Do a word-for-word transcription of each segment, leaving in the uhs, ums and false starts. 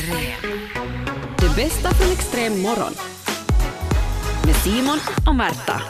Extrem. Det bästa från Extrem morgon. Med Simon och Märta.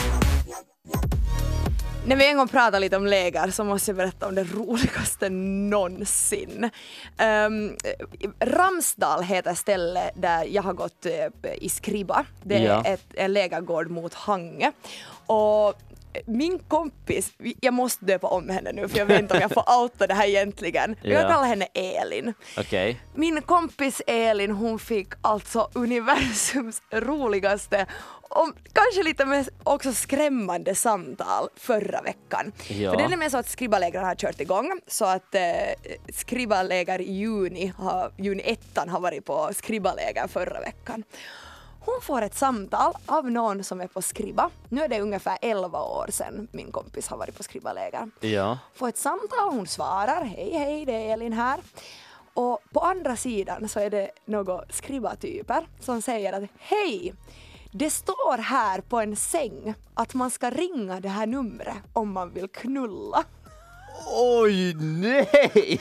När vi en gång pratar lite om läger så måste jag berätta om det roligaste någonsin. Um, Ramsdal heter stället där jag har gått uh, i Skriba. Det är Ja. ett, en lägergård mot Hange. Och min kompis, jag måste döpa om henne nu för jag vet inte om jag får outa det här egentligen. Jag Ja. kallar henne Elin. Okej. Okay. Min kompis Elin, hon fick alltså universums roligaste och kanske lite med också skrämmande samtal förra veckan. Ja. För det är nämligen så att Skribalägren har kört igång så att eh, Skribaläger i juni, har, juni ettan har varit på Skribaläger förra veckan. Hon får ett samtal av någon som är på Skriba. Nu är det ungefär elva år sedan min kompis har varit på Skribaläger. Ja. Får ett samtal, hon svarar, hej hej det är Elin här. Och på andra sidan så är det några skribatyper som säger att hej, det står här på en säng att man ska ringa det här numret om man vill knulla. Oj, nej!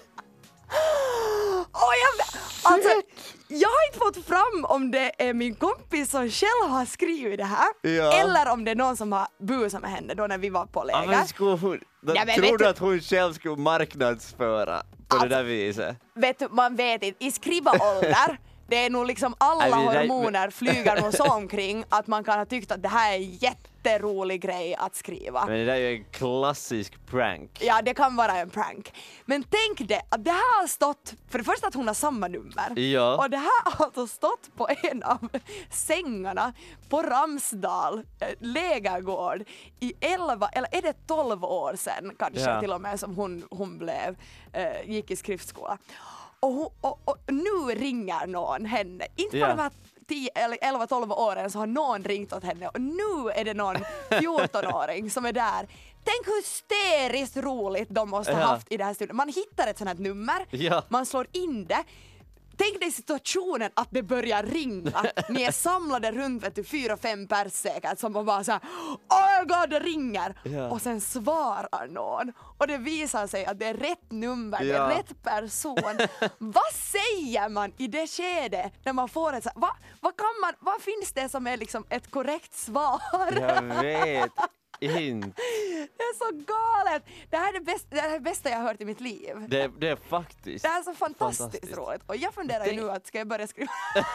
Och jag, alltså, jag har inte fått fram om det är min kompis som själv har skrivit det här Ja. eller om det är någon som har busat med henne då när vi var på läger. Ja, men skulle hon, då, Ja, men tror vet du du- att hon själv skulle marknadsföra på Alltså- det där viset? Vet du, man vet inte, i skriva-ålder, det är nog liksom alla Nej, men det- hormoner flyger nog så omkring att man kan ha tyckt att det här är en jätterolig grej att skriva. Men det där är ju en klassisk prank. Ja, det kan vara en prank. Men tänk det, att det här har stått, för det första att hon har samma nummer. Ja. Och det här har alltså stått på en av sängarna på Ramsdal äh, lägergård i elva, eller är det tolv år sedan kanske Ja. till och med som hon, hon blev, äh, gick i skriftskola. Och, hon, och, och nu ringer någon henne, inte Ja. bara de här tio eller elva tolv åren så har någon ringt åt henne och nu är det någon fjorton-åring som är där. Tänk hur hysteriskt roligt de måste ha Ja. haft i det här studion. Man hittar ett sånt här nummer, Ja. man slår in det. Tänk dig situationen att det börjar ringa. Ni är samlade runt vet du, fyra, fem pers säkert som bara såhär oh my god, det ringer! Ja. Och sen svarar någon. Och det visar sig att det är rätt nummer, det är Ja. rätt person. Vad säger man i det skedet när man får ett så vad, vad kan man, vad finns det som är liksom ett korrekt svar? Jag vet inte. Det är så galet! Det här är det bästa, det här är det bästa jag har hört i mitt liv. Det, det är faktiskt. Det här är så fantastiskt, Fantastiskt. roligt. Och jag funderar ju Det- nu att ska jag börja skriva...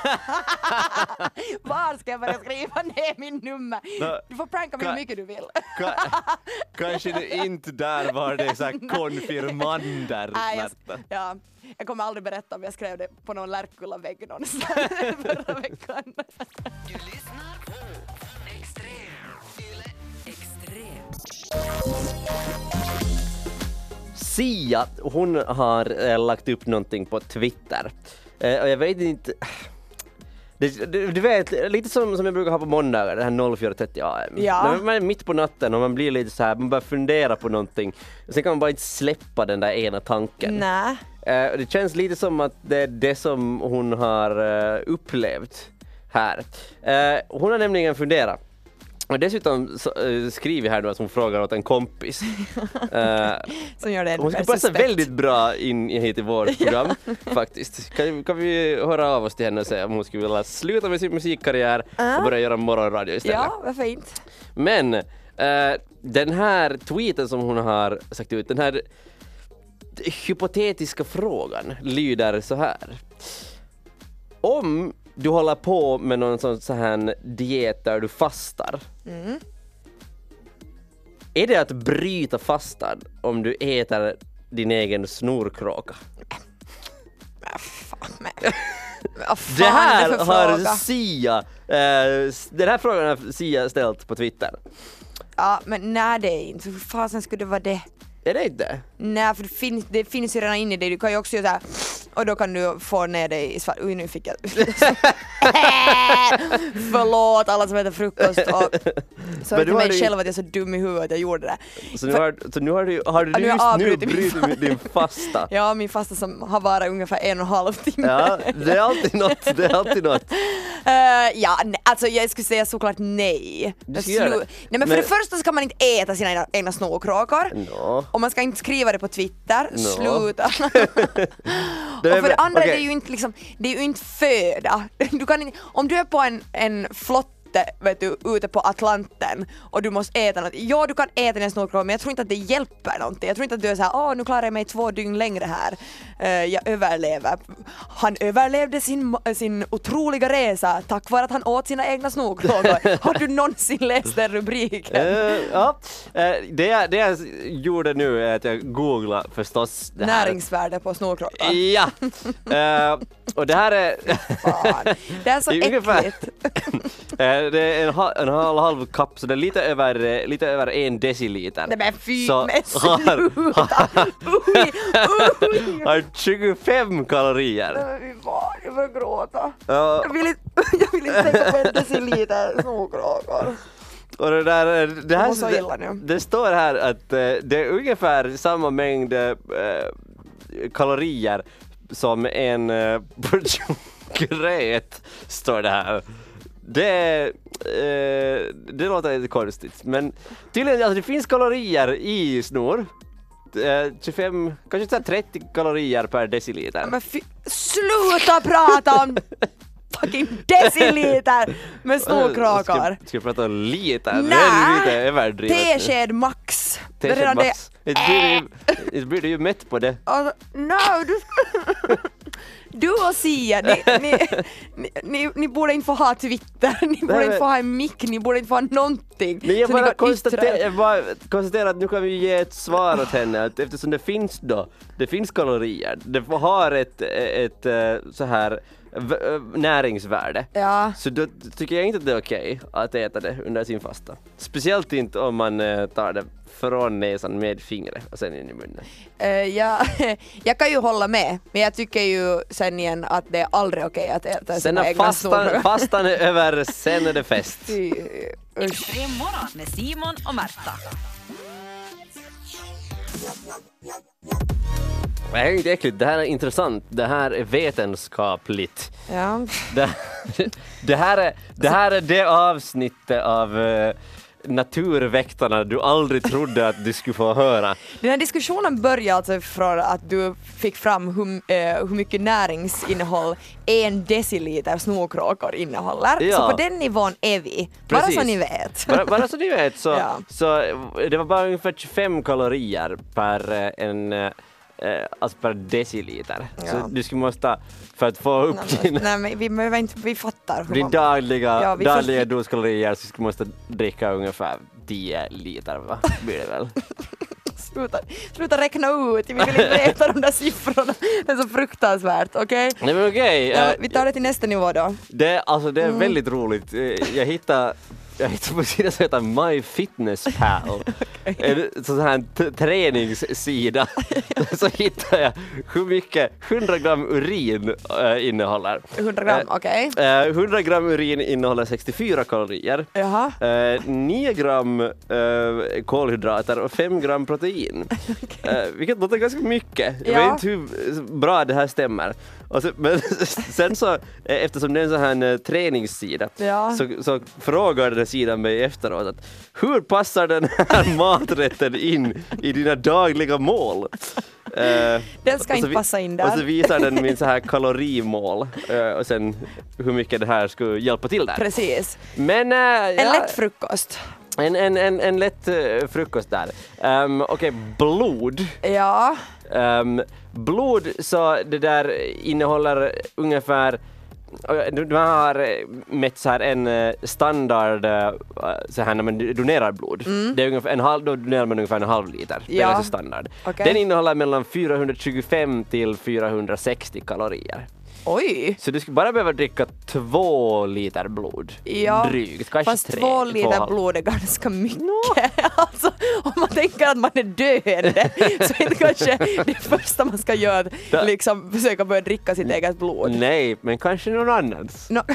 Var ska jag börja skriva ner min nummer? Nå, Du får pranka mig hur ka- mycket du vill. Ka- kanske det inte där var det så här konfirmander. Nej, jag, Märta. ja, jag kommer aldrig berätta om jag skrev det på någon Lärkulla-vägg någonstans förra veckan. Du lyssnar på Extrem. Yle Extrem. Sia, hon har eh, lagt upp någonting på Twitter. Eh, och jag vet inte... Det, du, du vet, lite som, som jag brukar ha på måndagar, det här noll fyra trettio A M. Ja. När man är mitt på natten och man blir lite så här, man börjar fundera på någonting. Sen kan man bara inte släppa den där ena tanken. Nej. Eh, och det känns lite som att det är det som hon har eh, upplevt här. Eh, hon har nämligen funderat. Och dessutom så, eh, skriver här då att hon frågar åt en kompis. Eh, Som gör det ännu hon mer skulle passa suspekt. väldigt bra in i- hit i vårt program, faktiskt. Kan, kan vi höra av oss till henne och säga om hon skulle vilja sluta med sin musikkarriär Ah. och börja göra morgonradio istället. Ja, vad fint. Men eh, den här tweeten som hon har sagt ut, den här hypotetiska frågan lyder så här. Om du håller på med någon sån så här diet där du fastar, Mm. är det att bryta fastan om du äter din egen snorkråka? Äh, fan, men. Vad fan Det här är det för har fråga? Sia, eh, s- den här frågan har Sia ställt på Twitter. Ja, men nej det är inte. Hur fasen skulle det vara det? Är det inte? Nej, för det finns, det finns ju redan inne i dig. Du kan ju också göra så här, och då kan du få ner dig i svart. Oj, nu fick jag... Förlåt alla som äter frukost. Och så Men till du har mig ju- själv att jag är så dum i huvudet att jag gjorde det. Så nu För- har, så nu har du, har du Ja, nu har just jag nu avbrutit min brutit fasta. din fasta. Ja, min fasta som har varit ungefär en och en halv timme. Ja, det är alltid något, det är alltid något. Uh, ja, ne- alltså jag skulle säga såklart nej. Du ska göra det. nej men för Men- det första så kan man inte äta sina egna, egna snorkråkor. Nå. Och man ska inte skriva det på Twitter. Nå. Sluta. Det är och för det bra. andra Okej. är det ju inte liksom, det är ju inte föda. Du kan inte, om du är på en, en flotte, vet du, ute på Atlanten och du måste äta något. Ja, du kan äta en snorkråka, men jag tror inte att det hjälper någonting. Jag tror inte att du är såhär, åh nu klarar jag mig två dygn längre här. Uh, jag överlever. Han överlevde sin, sin otroliga resa tack vare att han åt sina egna snorkråkor. Har du någonsin läst den rubriken? Eh, ja, Eh, det, jag, det jag gjorde nu är att jag googlade förstås det här. Näringsvärde på snorkråkor. Ja, Eh, och det här är... Fan. Det är så Det är ungefär- äckligt. Eh, det är en, ha- en halv, halv kapp, så det är lite över, eh, lite över en deciliter. Nej men fy, Så men har, sluta! Uj, uj! har tjugofem kalorier. Nej, men fy fan, jag börjar gråta. Ja, Jag vill inte, jag vill inte tänka på en deciliter snorkråkor. och det där, eh, det här mår så illa nu. det står här att eh, det är ungefär samma mängd eh, kalorier som en eh, portion gröt, står det här. Det, eh, det låter lite konstigt, men tydligen, alltså det finns kalorier i snor. Eh, tjugofem, kanske så här trettio kalorier per deciliter. Men fy, sluta prata om fucking deciliter med snorkråkor. Ska, ska jag prata om liter? Det Nej, är lite överdrivet. Tesked max. Det är Tesked redan max. Inte blir du ju- inte blir du ju mätt på det. Alltså, no, du, du och Sia, ni, ni, ni, ni, ni borde inte få ha Twitter, ni borde Nej, inte men- få ha en mick, ni borde inte få ha någonting. Men jag så ni bara, kan yttra konstaterar, er. jag bara konstaterar att nu kan vi ge ett svar åt henne, att eftersom det finns då, det finns kalorier, det får- har ett, ett, eh, så här v- eh, näringsvärde. Ja. Så då tycker jag inte att det är okej att äta det under sin fasta. Speciellt inte om man eh, tar det från näsan med fingret och sen in i munnen. Uh, ja, jag kan ju hålla med, men jag tycker ju sen igen att det är aldrig okej att äta Sen sina när egna fastan, snorkråkor. fastan är över, sen är det fest. Fy, usch. Extrem morgon med Simon och Märta. Det här är inte äckligt, det här är intressant, det här är vetenskapligt. Ja. Det, det, här är, det här är det avsnittet av uh, Naturväktarna du aldrig trodde att du skulle få höra. Den här diskussionen började alltså från att du fick fram hur, eh, hur mycket näringsinnehåll en deciliter snorkråkor innehåller. Ja. Så på den nivån är vi. Bara Precis. så ni vet. Bara, bara så ni vet så, Ja. så det var bara ungefär tjugofem kalorier per eh, en eh, alltså per deciliter. Ja. Så du skulle måste, för att få upp Nej, din, men, nej, men vi, behöver inte, vi fattar hur din man... dagliga, Ja, vi dagliga först- dos kalorier, så skulle du måste dricka ungefär tio liter, va? Blir det väl? Sluta, sluta räkna ut, vi vill inte veta de där siffrorna. Det är så fruktansvärt, okej? Nej men okej. Ja, eh, vi tar det till nästa nivå då. Det, alltså, det är Mm. väldigt roligt. Eh, Jag hittade, jag hittade på sidan som heter MyFitnessPal. En sån här t- träningssida. Så hittade jag hur mycket hundra gram urin äh, innehåller. hundra gram, Eh, okej? Eh, hundra gram urin innehåller sextiofyra kalorier. Jaha. Eh, nio gram eh, kolhydrater och fem gram protein. Eh, vilket låter ganska mycket. Jag Ja. vet inte hur bra det här stämmer. Och så, men sen så, eh, eftersom det är en sån här eh, träningssida, Ja. så, så frågar den här sidan mig efteråt att hur passar den här maträtten in i dina dagliga mål? Eh, Den ska och så inte vi- passa in Och så där. visar den min så här kalorimål eh, och sen hur mycket det här skulle hjälpa till där. Precis. Men eh, En ja, lätt frukost. en, en, en, en lätt eh, frukost där. Um, Okej, blod. Ja. Um, blod, så det där innehåller ungefär, du du har mätt så här en eh, standard eh, så här när man donerar blod. Det är ungefär en halv, då donerar man ungefär en halv liter. Det är Ja. ganska standard. Okej. Den innehåller mellan fyrahundratjugofem till fyrahundrasextio kalorier. Oj. Så du skulle bara behöva dricka två liter blod. Ja, Drygt, kanske fast tre. två två liter halv- blod är ganska mycket. Alltså, om man tänker att man är döende så är det kanske det första man ska göra Da- att liksom försöka börja dricka sitt eget blod. Nej, men kanske någon annans. No,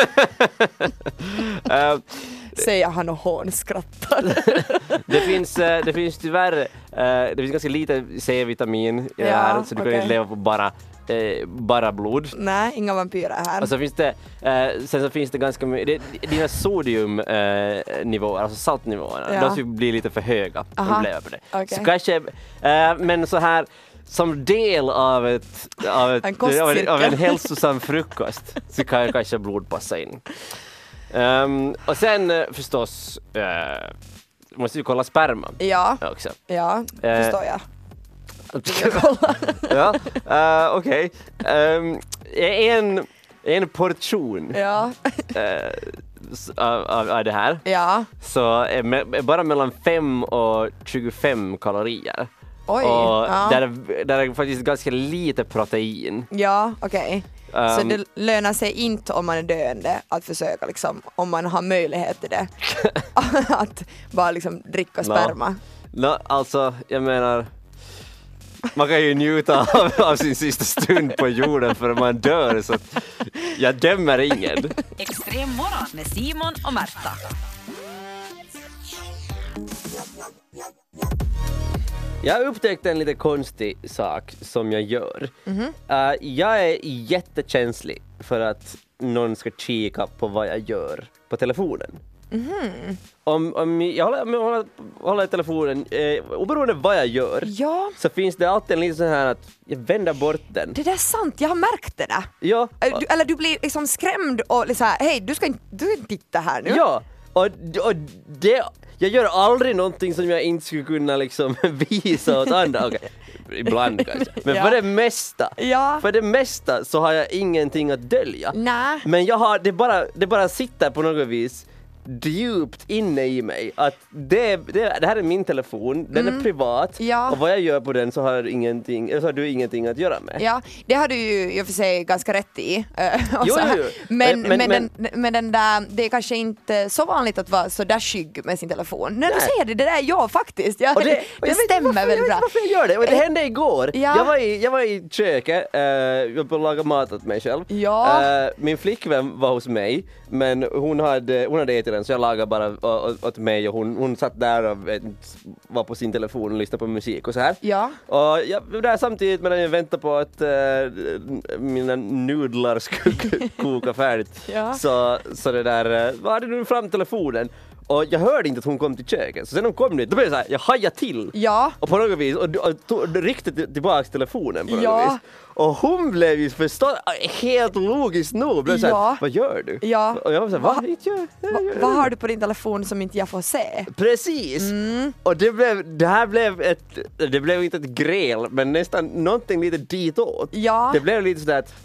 Eh, säger han och hånskrattar. det, finns, eh, det finns tyvärr eh, det finns ganska lite C-vitamin i det Ja, här, så du kan okej. inte leva på bara eh, bara blod. Nej, inga vampyrer här. Och så finns det, eh, sen så finns det ganska mycket, det, dina sodiumnivåer, eh, nivåer, alltså saltnivåerna, Ja. de skulle bli lite för höga om Aha. du lever på det. Okej. Så kanske, eh, men så här, som del av, ett, av, ett, En av, en, kostcirkel. av en hälsosam frukost så kan jag kanske blod passa in. Um, och sen eh, förstås uh, måste vi kolla sperma Ja, också. ja, Eh. förstår jag. Jag kollar. Ja, uh, okej. Okay. Um, en, en portion Ja, uh, s- av, av, av det här ja. så är me- är bara mellan fem och tjugofem kalorier. Oj. och ja. där, är, där är faktiskt ganska lite protein. Ja, okej. Så Um, det lönar sig inte om man är döende att försöka liksom, om man har möjlighet till det, att bara liksom dricka sperma. no, alltså, jag menar, man kan ju njuta av, av sin sista stund på jorden för man dör, så att jag dömer ingen. Extrem morgon med Simon och Märta. Jag upptäckte en lite konstig sak som jag gör. Mhm. Uh, jag är jättekänslig för att någon ska kika på vad jag gör på telefonen. Mhm. Om, om jag håller, om jag håller, håller telefonen, eh, oberoende vad jag gör, Ja, så finns det alltid en liten sån här att jag vänder bort den. det där är sant, jag har märkt det där. Ja, Äh, Du, eller du blir liksom skrämd och liksom här, hej, du ska inte, du ska inte titta här nu. ja. Och, och det, jag gör aldrig någonting som jag inte skulle kunna liksom visa åt andra. Okej, ibland kanske. Men Ja. för det mesta, Ja. för det mesta så har jag ingenting att dölja. Nej. Men jag har, det bara, det bara sitter på något vis djupt inne i mig att det, det, det här är min telefon, den är privat, Ja. och vad jag gör på den så har, ingenting, så har du ingenting att göra med. Ja, det har du ju i och för sig ganska rätt i. eh, och Jo, så här. jo, jo. Men, Men- men, men- den, men den där, det är kanske inte så vanligt att vara så där skygg med sin telefon. När du Nej. säger det, det där är jag faktiskt. Jag, Och det det, och jag vet inte stämmer varför, väldigt jag bra. vet inte varför jag gör det. Och det hände igår. Ja. Jag, var i, jag var i köket, uh, jag var på att laga mat åt mig själv. Ja. Eh, min flickvän var hos mig, men hon hade, hon hade ätit den så jag lagade bara å- å- åt mig, och hon, hon satt där och vet, var på sin telefon och lyssnade på musik och så här. Ja. Och jag var där samtidigt medan jag väntade på att uh, mina nudlar skulle koka färdigt. Ja. Så, så det där, uh, vad hade du fram telefonen? Och jag hörde inte att hon kom till köket, så sen hon kom dit, då blev det så här, jag hajade till. Ja. Och på något vis, och, och, och, och ryckte till- tillbaks telefonen på något Ja. vis. Och hon blev ju förstås, helt logiskt nog, blev så här, Ja. vad gör du? Ja. Och jag var så här, Va? vad inte gör jag? Va, gör vad det?" har du på din telefon som inte jag får se? Precis! Mm. Och det, blev, det här blev ett, det blev inte ett gräl, men nästan någonting lite ditåt. Ja. Det blev lite sådär att,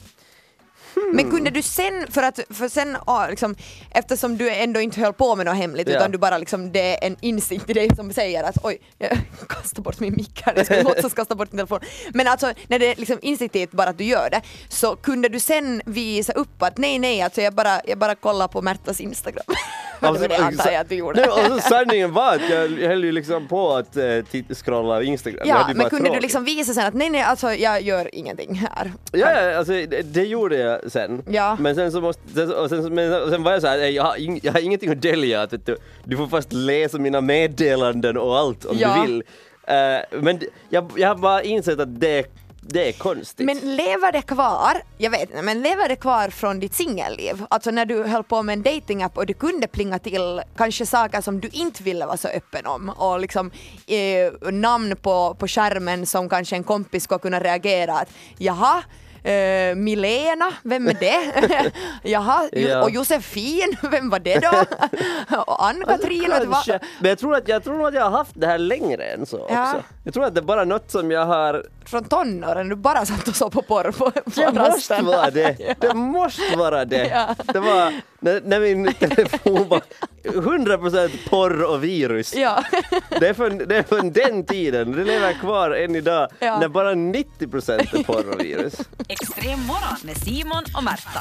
Men kunde du sen, för att för sen, ja, liksom, eftersom du ändå inte höll på med något hemligt, Ja. utan du bara liksom, det är en instinkt i dig som säger att oj, jag kastar bort min mick här, jag ska låtsas kasta bort min telefon. Men alltså när det är liksom instinktivt bara att du gör det, så kunde du sen visa upp att nej nej, alltså jag bara, jag bara kollar på Märtas Instagram. Alltså, det antar jag att du gjorde. Nej, och så sanningen var att jag, jag höll ju liksom på att uh, titta, scrolla Instagram. Jag Ja, hade ju men bara kunde du tråkigt. liksom visa sen att nej nej, alltså jag gör ingenting här. Ja, ja, alltså det, det gjorde jag sen. Ja. Men sen så måste, sen, och sen, men, och sen var jag så här, "Nej, jag har, ing, jag har ingenting att dölja, att, vet du, du får fast läsa mina meddelanden och allt om Ja. du vill. Uh, men d- jag, jag har bara insett att det, det är konstigt. Men lever det kvar, jag vet inte, men lever det kvar från ditt singelliv? Alltså när du höll på med en datingapp och du kunde plinga till kanske saker som du inte ville vara så öppen om, och liksom eh, namn på, på skärmen som kanske en kompis ska kunna reagera att jaha, Uh, Milena, vem är det? Jaha, jo- Ja. och Josefin, vem var det då? Och Ann-Katrin, och det var- Kanske. Men jag tror, att, jag tror att jag har haft det här längre än så Ja. också. Jag tror att det är bara något som jag har... från tonåren, du bara satt och så på porr på, på Det måste rasten. vara det. Det måste vara det. Ja. Det var när, när min telefon var hundra procent porr och virus. Ja. Det är, från, det är från den tiden, det lever kvar än idag, Ja. när bara nittio procent är porr och virus. Extrem morgon med Simon och Märta.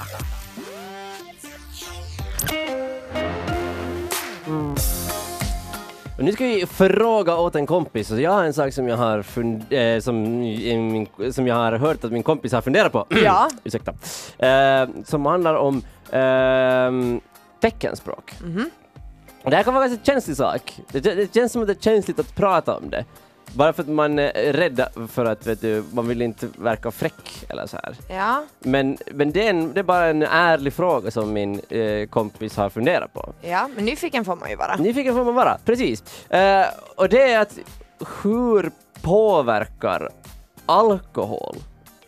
Och nu ska vi fråga åt en kompis, och jag har en sak som jag har, fund- eh, som, i min, som jag har hört att min kompis har funderat på. Ja. Ursäkta. Eh, som handlar om eh, teckenspråk. Mhm. Och det här kan vara en ganska känslig sak. Det, det känns som att det är känsligt att prata om det. Bara för att man är rädd för att vet du, man vill inte verka fräck eller så här. Ja. Men, men det, är en, det är bara en ärlig fråga som min eh, kompis har funderat på. Ja, men nyfiken får man ju vara. Nyfiken får man vara, precis. Eh, och det är att hur påverkar alkohol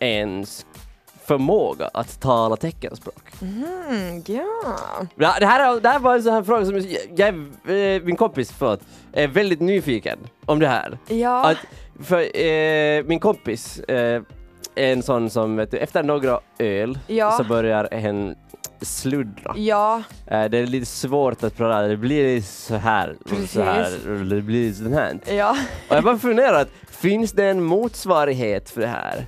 ens förmåga att tala teckenspråk? Mm, ja. Ja, det, här är, det här var en sån här fråga som jag, jag, eh, min kompis förlåt, är väldigt nyfiken om det här. Ja. Att, för eh, min kompis eh, är en sån som vet du, efter några öl Ja. så börjar hen sluddra. Ja. Eh, det är lite svårt att prata, det blir så här och så här Precis. och det blir så här. Ja. Och jag bara funderar, att, finns det en motsvarighet för det här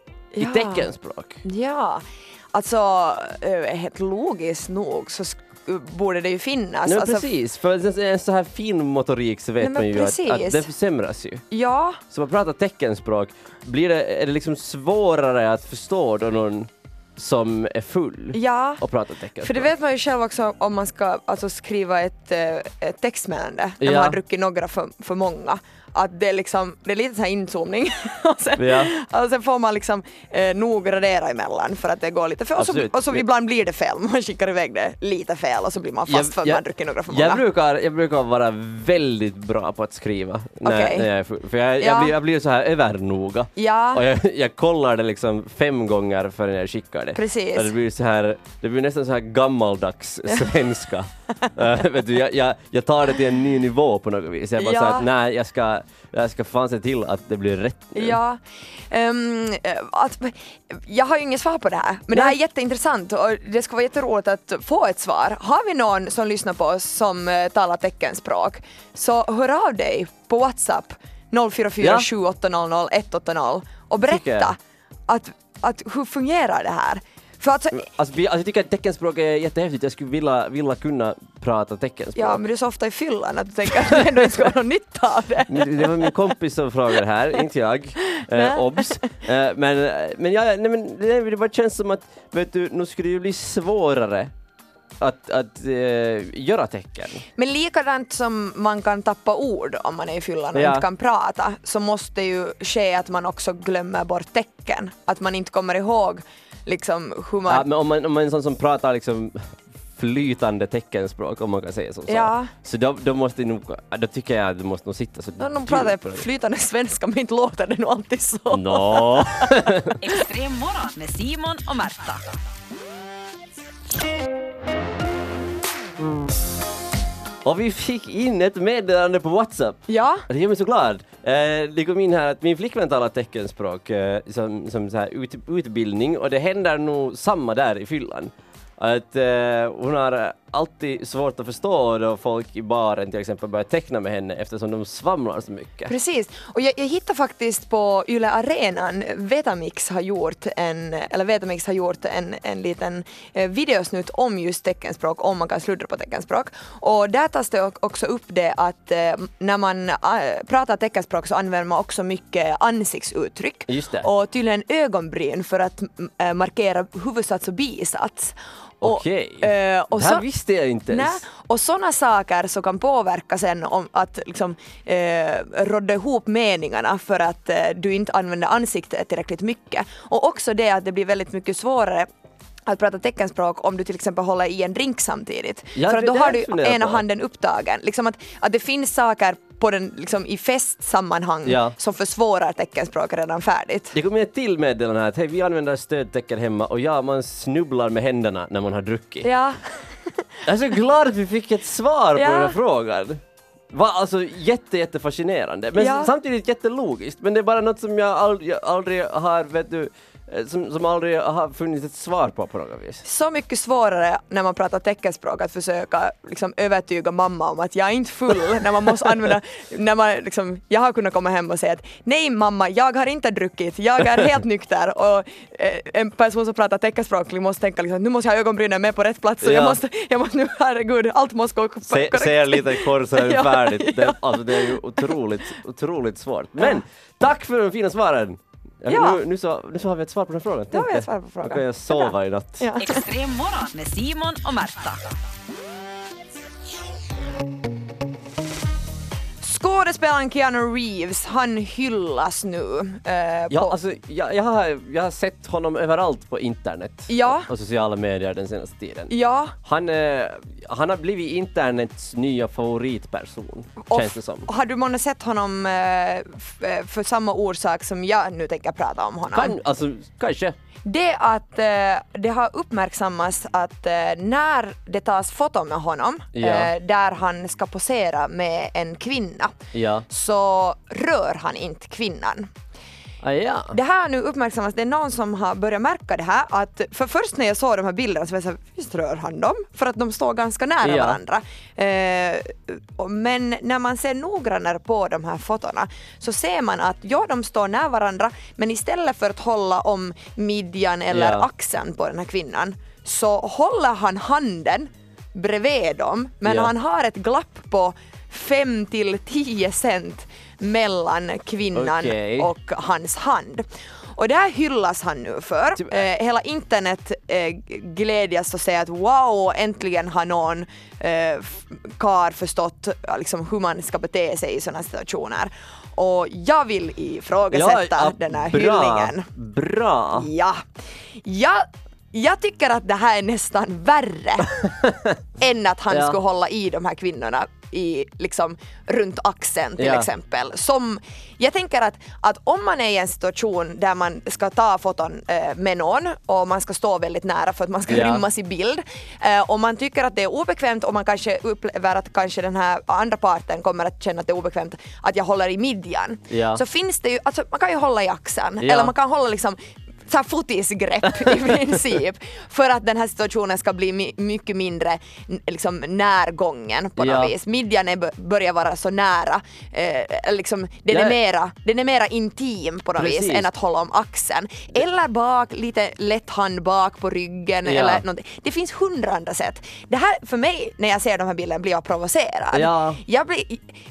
i Ja. teckenspråk? Ja. Alltså, eh, helt logiskt nog så sk- borde det ju finnas. Nej, alltså, precis, för en så här fin motorik så vet Nej, men man ju att, att precis. det försämras ju. Ja. Så man pratar teckenspråk, blir det, är det liksom svårare att förstå då någon som är full Ja. och pratar teckenspråk? För det vet man ju själv också om man ska alltså, skriva ett, eh, ett textmeddelande när Ja. man har druckit några för, för många. Att det är liksom, det är lite så här inzoomning och, sen, Ja. och sen får man liksom eh, nog radera emellan för att det går lite fel. Och så, Absolut. och så ibland blir det fel, man skickar iväg det lite fel och så blir man fast Jag- för att jag- man har druckit några för många. Jag brukar, jag brukar vara väldigt bra på att skriva när, Okej. när jag är full. För jag, Ja. jag, blir, jag blir så här övernoga. Ja. Och jag, jag kollar det liksom fem gånger förrän jag skickar det. Precis. Och det blir så här, det blir nästan så här gammaldags svenska. uh, vet du, jag, jag, jag tar det till en ny nivå på något vis. Jag bara Ja. så att nej, jag ska, jag ska fan se till att det blir rätt nu. Ja, um, att, jag har ju ingen svar på det här, men det här är jätteintressant och det ska vara jätteroligt att få ett svar. Har vi någon som lyssnar på oss som uh, talar teckenspråk, så hör av dig på WhatsApp noll fyra fyra Ja. sju åtta noll noll ett åtta noll och Tycker jag. berätta att, att hur fungerar det här? För att, Alltså, vi, alltså jag tycker att teckenspråk är jättehäftigt. Jag skulle vilja, vilja kunna prata teckenspråk. ja, men du är så ofta i fyllan att du tänker att du ändå inte ska ha någon nytta av det. Det var min kompis som frågade här, inte jag. Nej. Eh, obs. Eh, men men, ja, nej, men det, det bara känns som att, vet du, nu skulle det ju bli svårare att, att eh, göra tecken. Men likadant som man kan tappa ord om man är i fyllan och Ja. inte kan prata, så måste ju ske att man också glömmer bort tecken. Att man inte kommer ihåg liksom hur man... Ja, men om man, om man är en sån som pratar liksom flytande teckenspråk, om man kan säga så. så. Ja. Så då, då måste nog, då tycker jag att det måste nog sitta så. Ja, de pratar flytande svenska, men inte låter det nog alltid så. Nå. Extrem morgon med Simon och Märta. Och vi fick in ett meddelande på WhatsApp. Ja, Det gör mig så glad. Eh, det kom in här att min flickvän talar teckenspråk eh, som, som så här ut, utbildning, och det händer nog samma där i fyllan. Att eh, hon har alltid svårt att förstå då folk i baren till exempel börjar teckna med henne eftersom de svamlar så mycket. precis. Och jag, jag hittar faktiskt på Yle Arenan, Vetamix har gjort en, eller Vetamix har gjort en, en liten eh, videosnutt om just teckenspråk, om man kan sluddra på teckenspråk. Och där tas det också upp det att eh, när man äh, pratar teckenspråk så använder man också mycket ansiktsuttryck. Just det. Och tydligen ögonbryn för att äh, markera huvudsats och bisats. Och, Okej. eh, och Det här så- visste jag inte ens. Nej, och sådana saker så kan påverka sen om att liksom eh, rodda ihop meningarna för att eh, du inte använder ansiktet tillräckligt mycket. Och också det att det blir väldigt mycket svårare att prata teckenspråk om du till exempel håller i en drink samtidigt. Ja, för att det- då det har har du jag funderat ena på. handen upptagen. Liksom att, att det finns saker på den, liksom, i festsammanhang Ja. som försvårar teckenspråk redan färdigt. Det kommer ett till meddelande här att hej, vi använder stödtecken hemma och ja, man snubblar med händerna när man har druckit. Ja. Jag är så glad att vi fick ett svar på Ja. den här frågan. Va, alltså jätte, jätte fascinerande. Men Ja. samtidigt jättelogiskt. Men det är bara något som jag aldrig, jag aldrig har, vet du, eh, som, som aldrig har funnits ett svar på på något vis. Så mycket svårare när man pratar teckenspråk att försöka liksom, övertyga mamma om att jag är inte full när man måste använda, när man liksom, jag har kunnat komma hem och säga att nej mamma, jag har inte druckit, jag är helt nykter, och eh, en person som pratar teckenspråk måste tänka liksom, nu måste jag ha ögonbrynen med på rätt plats och Ja. jag måste, jag måste nu, herregud, allt måste gå Se, korrekt. ser lite kors så är det Ja, färdigt. Det, ja. alltså, det är ju otroligt, otroligt svårt. Men tack för de fina svaren! Ja, Ja. Nu, nu, så, nu så har vi ett svar på den frågan. Då har vi Tänk ett svar på frågan. Då kan jag Det är sova bra. i natt. Ja. Extrem morgon med Simon och Märta. Skål Skådespelaren Keanu Reeves, han hyllas nu. Eh, Ja, på, alltså, jag, jag, har, jag har sett honom överallt på internet Ja. och sociala medier den senaste tiden. ja, Han, eh, han har blivit internets nya favoritperson, och känns det som. har du månne sett honom eh, f- för samma orsak som jag nu tänker prata om honom? Kan, alltså, kanske. Det att eh, det har uppmärksammats att eh, när det tas foto med honom Ja. eh, där han ska posera med en kvinna Ja. så rör han inte kvinnan. Ah, ja. Det här nu uppmärksammas, det är någon som har börjat märka det här att för först när jag såg de här bilderna så var jag så här, visst rör han dem? För att de står ganska nära Ja. varandra. Eh, och- men när man ser noggrannare på de här fotona så ser man att ja, de står nära varandra, men istället för att hålla om midjan eller Ja. axeln på den här kvinnan så håller han handen bredvid dem, men Ja. han har ett glapp på fem till tio cent mellan kvinnan Okej. och hans hand. Och det här hyllas han nu för. Typ- Eh, hela internet eh, glädjas och säger att wow, äntligen har någon eh, f- kar förstått eh, liksom, hur man ska bete sig i sådana situationer. Och jag vill ifrågasätta ja, den här bra, hyllningen. Bra. Ja. Jag, jag tycker att det här är nästan värre än att han Ja. skulle hålla i de här kvinnorna i, liksom, runt axeln till Ja. exempel. Som, jag tänker att, att om man är i en situation där man ska ta foton eh, med någon och man ska stå väldigt nära för att man ska Ja. rymmas i bild eh, och man tycker att det är obekvämt och man kanske upplever att kanske den här andra parten kommer att känna att det är obekvämt att jag håller i midjan. Ja. Så finns det ju, alltså man kan ju hålla i axeln Ja. eller man kan hålla liksom så här fotisgrepp i princip för att den här situationen ska bli my- mycket mindre n- liksom närgången på Ja. något vis. Midjan är b- börjar vara så nära, eh, liksom, den, Ja. är mera, den är mera intim på något Precis. vis än att hålla om axeln. Eller bak, lite lätt hand bak på ryggen Ja. eller någonting. Det finns hundra andra sätt. Det här, för mig, när jag ser de här bilderna blir jag provocerad. Ja. Jag, blir,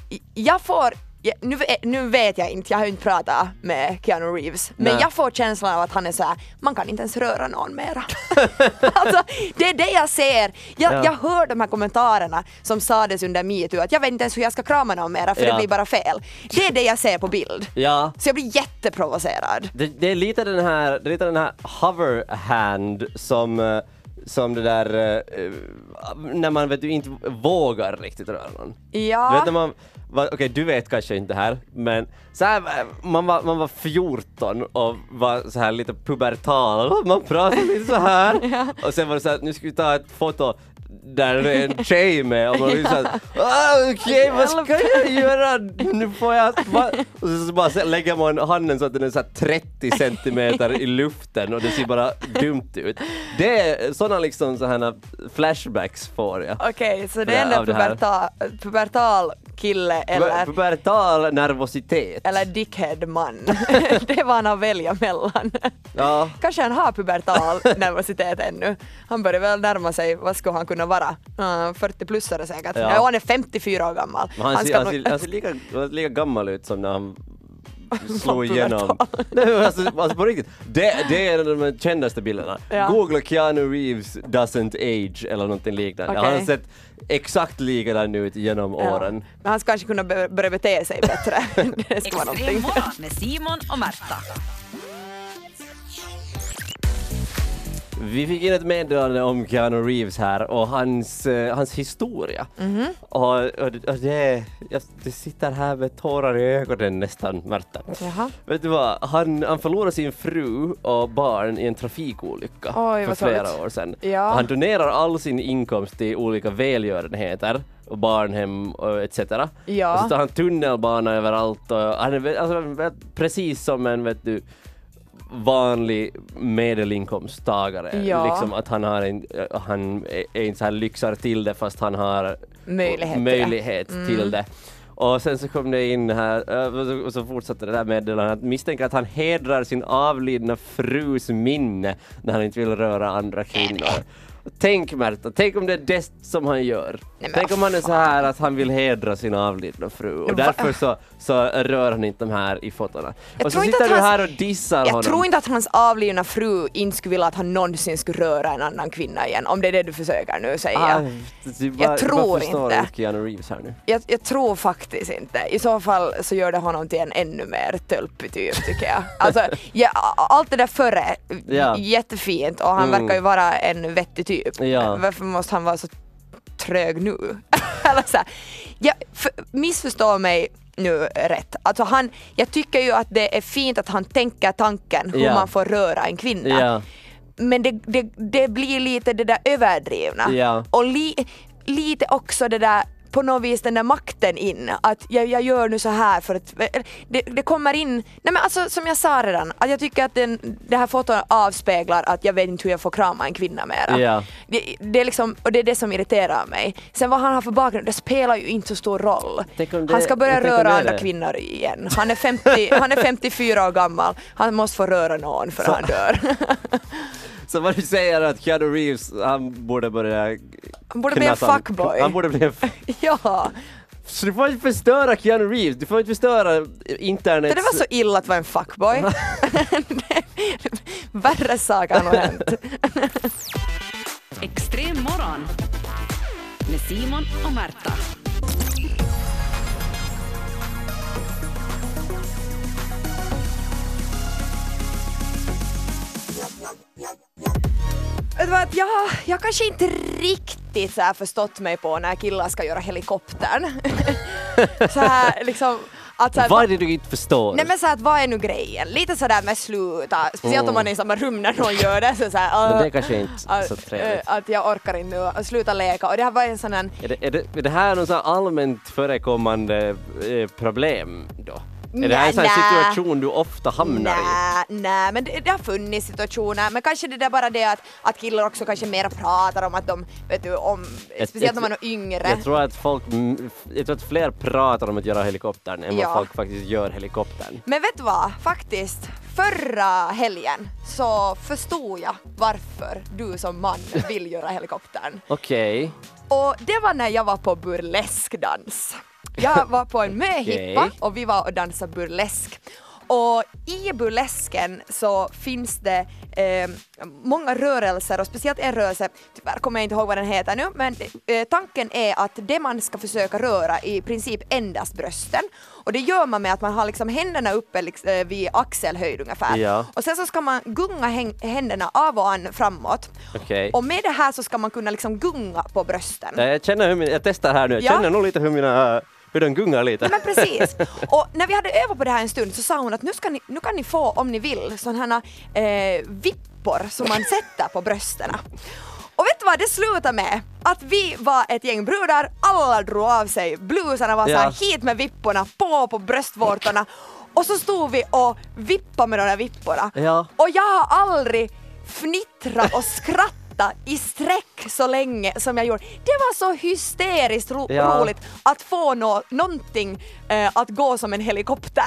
jag får Ja, nu, ve- nu vet jag inte, jag har ju inte pratat med Keanu Reeves, men Nej. jag får känslan av att han är så här: man kan inte ens röra någon mera. Alltså, det är det jag ser. Jag, Ja. jag hör de här kommentarerna som sades under MeToo, att jag vet inte ens hur jag ska krama någon mera för Ja. det blir bara fel. Det är det jag ser på bild. Ja. Så jag blir jätteprovocerad. Det, det är lite den här, det är lite den här hover hand som, eh, som det där eh, när man vet du inte vågar riktigt röra någon. Ja. Du vet när man, va- okej du vet kanske inte det här, men så här, eh, man, var, man var fjorton och var så här lite pubertal, man pratade lite så här och sen var det så här, nu ska vi ta ett foto där det är en tjej med och man blir såhär ah, okej vad ska jag göra? Nu får jag va? Och så, så bara så lägger man handen så att den är så här trettio centimeter i luften och det ser bara dumt ut. Det är sådana liksom så här flashbacks får jag. Okej, så det Det är är en där av det här. pubertal, pubertal kille eller, Pubertal nervositet. eller dickhead man. Det var han har att välja mellan. Ja. Kanske han har pubertal nervositet ännu. Han börjar väl närma sig, vad skulle han kunna vara? Uh, fyrtio-plussare säkert. Ja. Ja. Han är femtiofyra år gammal. Men han, ser, ska han, nog- ser, han ser lika, lika gammal ut som när han slog Var igenom. pubertal. Nej, men alltså, alltså på riktigt. Det, det är en av de kändaste bilderna. Ja. Googla Keanu Reeves doesn't age eller någonting liknande. Okej. Han har sett exakt likadan ut genom Ja. åren. Men han ska kanske kunna be- börja bete sig bättre. Det ska vara Extrem någonting. morgon med Simon och Märta. Vi fick in ett meddelande om Keanu Reeves här och hans, eh, hans historia. Mhm. Och, och, det- och det, jag, det sitter här med tårar i ögonen nästan, Märta. Jaha. Vet du vad, han, han förlorade sin fru och barn i en trafikolycka Oj, för vad flera sorgligt. år sedan. Ja. Han donerar all sin inkomst till olika välgörenheter och barnhem och et cetera. Ja. Och så tar han tunnelbana överallt och han är vet- alltså, vet- precis som en vet du vanlig medelinkomsttagare. Ja. Liksom att han har en, han är är inte så här lyxar till det fast han har Möjlighet till det. möjlighet till det. Och sen så kom det in här äh, och så- och så fortsatte det där meddelandet att misstänka att han hedrar sin avlidna frus minne när han inte vill röra andra kvinnor. Tänk Märta, tänk om det är det som han gör. Nej, tänk om han är fan. så här att han vill hedra sin avlidna fru. Och Va? därför så, så rör han inte de här i fotona. Jag Och så tror inte sitter att du hans- här och dissar Jag honom. tror inte att hans avlidna fru inte skulle vilja att han någonsin skulle röra en annan kvinna igen, om det är det du försöker nu säga. Ah, du bara, Jag tror du bara förstår inte. Keanu Reeves här nu. Jag, jag tror faktiskt inte. I så fall så gör det honom till en ännu mer tölpig typ tycker jag. Alltså, ja, allt det där före, Ja. jättefint och han Mm. verkar ju vara en vettig typ. Ja. Varför måste han vara så trög nu? Eller så här, jag, för, missförstå mig nu rätt. Alltså han, jag tycker ju att det är fint att han tänker tanken hur Ja. man får röra en kvinna. Ja. Men det, det, det blir lite det där överdrivna. Ja. Och li, lite också det där på något vis den där makten in, att jag, jag gör nu så här för att det, det kommer in, nej men alltså som jag sa redan, att jag tycker att den, det här foton avspeglar att jag vet inte hur jag får krama en kvinna mera. Ja. Det, det är liksom, och det är det som irriterar mig. Sen vad han har för bakgrund, det spelar ju inte så stor roll. Tänk om det- Han ska börja tänk om röra det är andra det. kvinnor igen. Han är, femtio, han är femtiofyra år gammal, han måste få röra någon för han dör. Så vad du säger är att Keanu Reeves, han borde börja... Han borde bli en knasa- fuckboy. Han borde bli en... Ja, Så du får inte förstöra Keanu Reeves, du får inte förstöra internet. det var så illa att vara en fuckboy. Värre saker har nog hänt. Extrem morgon med Simon och Märta. Vet du vad, jag, jag kanske inte riktigt så här förstått mig på när killar ska göra helikoptern. Så här liksom att så här, Vad är det du inte förstår? nej men så här, att vad är nu grejen? Lite sådär med sluta, speciellt Mm. om man är i samma rum när någon gör det. Så så här, Men uh, det är kanske inte så att, trevligt. uh, att jag orkar inte nu, sluta leka. Och det här var en sån här, Är det, är, det, är det här någon sån här allmänt förekommande eh, problem då? Är det här en sån här Nä, nä. situation du ofta hamnar i? nej, nej, men det, det har funnits situationer, men kanske det är bara det att, att killar också kanske mer pratar om att de, vet du, om, Jag- speciellt jag- när man är yngre. Jag tror att folk, mm, jag tror att fler pratar om att göra helikoptern än Ja. vad folk faktiskt gör helikoptern. Men vet du vad, faktiskt, förra helgen så förstod jag varför du som man vill göra helikoptern. Okej. Och det var när jag var på burleskdans. Jag var på en möhippa Okej. och vi var och dansade burlesk. Och i burlesken så finns det eh, många rörelser och speciellt en rörelse, tyvärr kommer jag inte ihåg vad den heter nu, men eh, tanken är att det man ska försöka röra i princip endast brösten. Och det gör man med att man har liksom händerna uppe liksom, eh, vid axelhöjd ungefär. Ja. Och sen så ska man gunga häng- händerna av och an framåt. Okej. Och med det här så ska man kunna liksom gunga på brösten. Ja, Jag känner hur min, jag testar här nu, jag Ja. känner nog lite hur mina, hur den gungar lite. Men precis. Och när vi hade övat på det här en stund så sa hon att nu, ska ni, nu kan ni få, om ni vill, sådana här eh, vippor som man sätter på brösterna. Och vet du vad det slutade med? Att vi var ett gäng brudar, alla drog av sig blusarna, var Ja. såhär hit med vipporna, på på bröstvårtorna. Och så stod vi och vippade med de där vipporna. Ja. Och jag har aldrig fnittrat och skrattat i sträck så länge som jag gjorde. Det var så hysteriskt ro- Ja. roligt att få nå- någonting eh, att gå som en helikopter.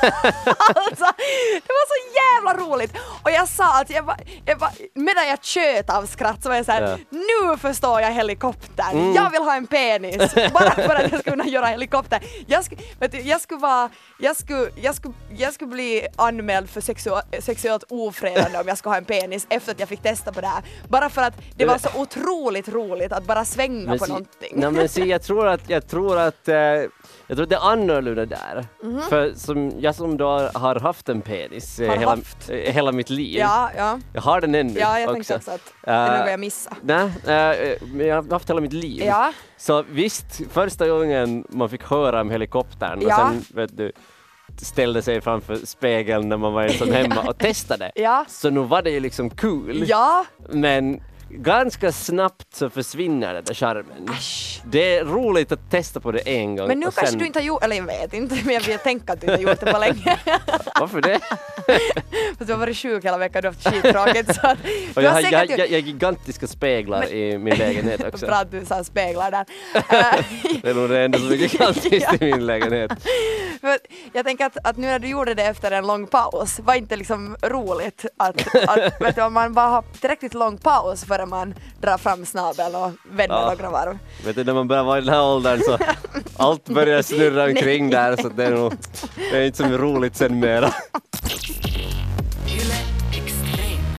Alltså, det var så jävla roligt. Och jag sa att jag var, jag var, medan jag tjöt av skratt så var jag såhär, Ja. nu förstår jag helikoptern. Mm. Jag vill ha en penis bara för att jag ska kunna göra helikopter. Jag, sk- vet du, jag skulle vara, jag skulle, jag skulle, jag skulle bli anmäld för sexu- sexuellt ofredande om jag skulle ha en penis efter att jag fick testa på det här. Bara för att det var så otroligt roligt att bara svänga Men på se- någonting. Nej men se, jag tror att, jag tror att, eh, jag tror att det är annorlunda där. Mhm. För som, jag som då har haft en penis eh, Har hela, haft? eh, hela mitt liv. Ja, ja. Jag har den ännu Ja, jag också. tänkte också att det är Eh, något jag missade. Nej, eh, men jag har haft hela mitt liv. Ja. Så visst, första gången man fick höra om helikoptern och Ja. sen vet du, ställde sig framför spegeln när man var ensam hemma och testade. Ja. Så nu var det ju liksom kul. Ja. Men ganska snabbt så försvinner det där charmen. Äsch. Det är roligt att testa på det en gång. Men nu och kanske sen, du inte har gjort, eller jag vet inte, men jag vill tänka att du inte har gjort det på länge. Varför det? För du har varit sjuk hela veckan, du har haft skittråkigt. Så att, Och du jag, har har, säkert jag, gjort- jag, jag har gigantiska speglar i min lägenhet också. Bra att du sa speglar där. Eh, Det är nog det enda som är gigantiskt i min lägenhet. för jag tänker att, att nu när du gjorde det efter en lång paus, var inte liksom roligt att, att vet du, om man bara har tillräckligt lång paus för före man drar fram snabeln och vänder Ja. några varv. Vet du, när man börjar vara i den här åldern så allt börjar snurra omkring där så det är nog det är inte så roligt sen mera.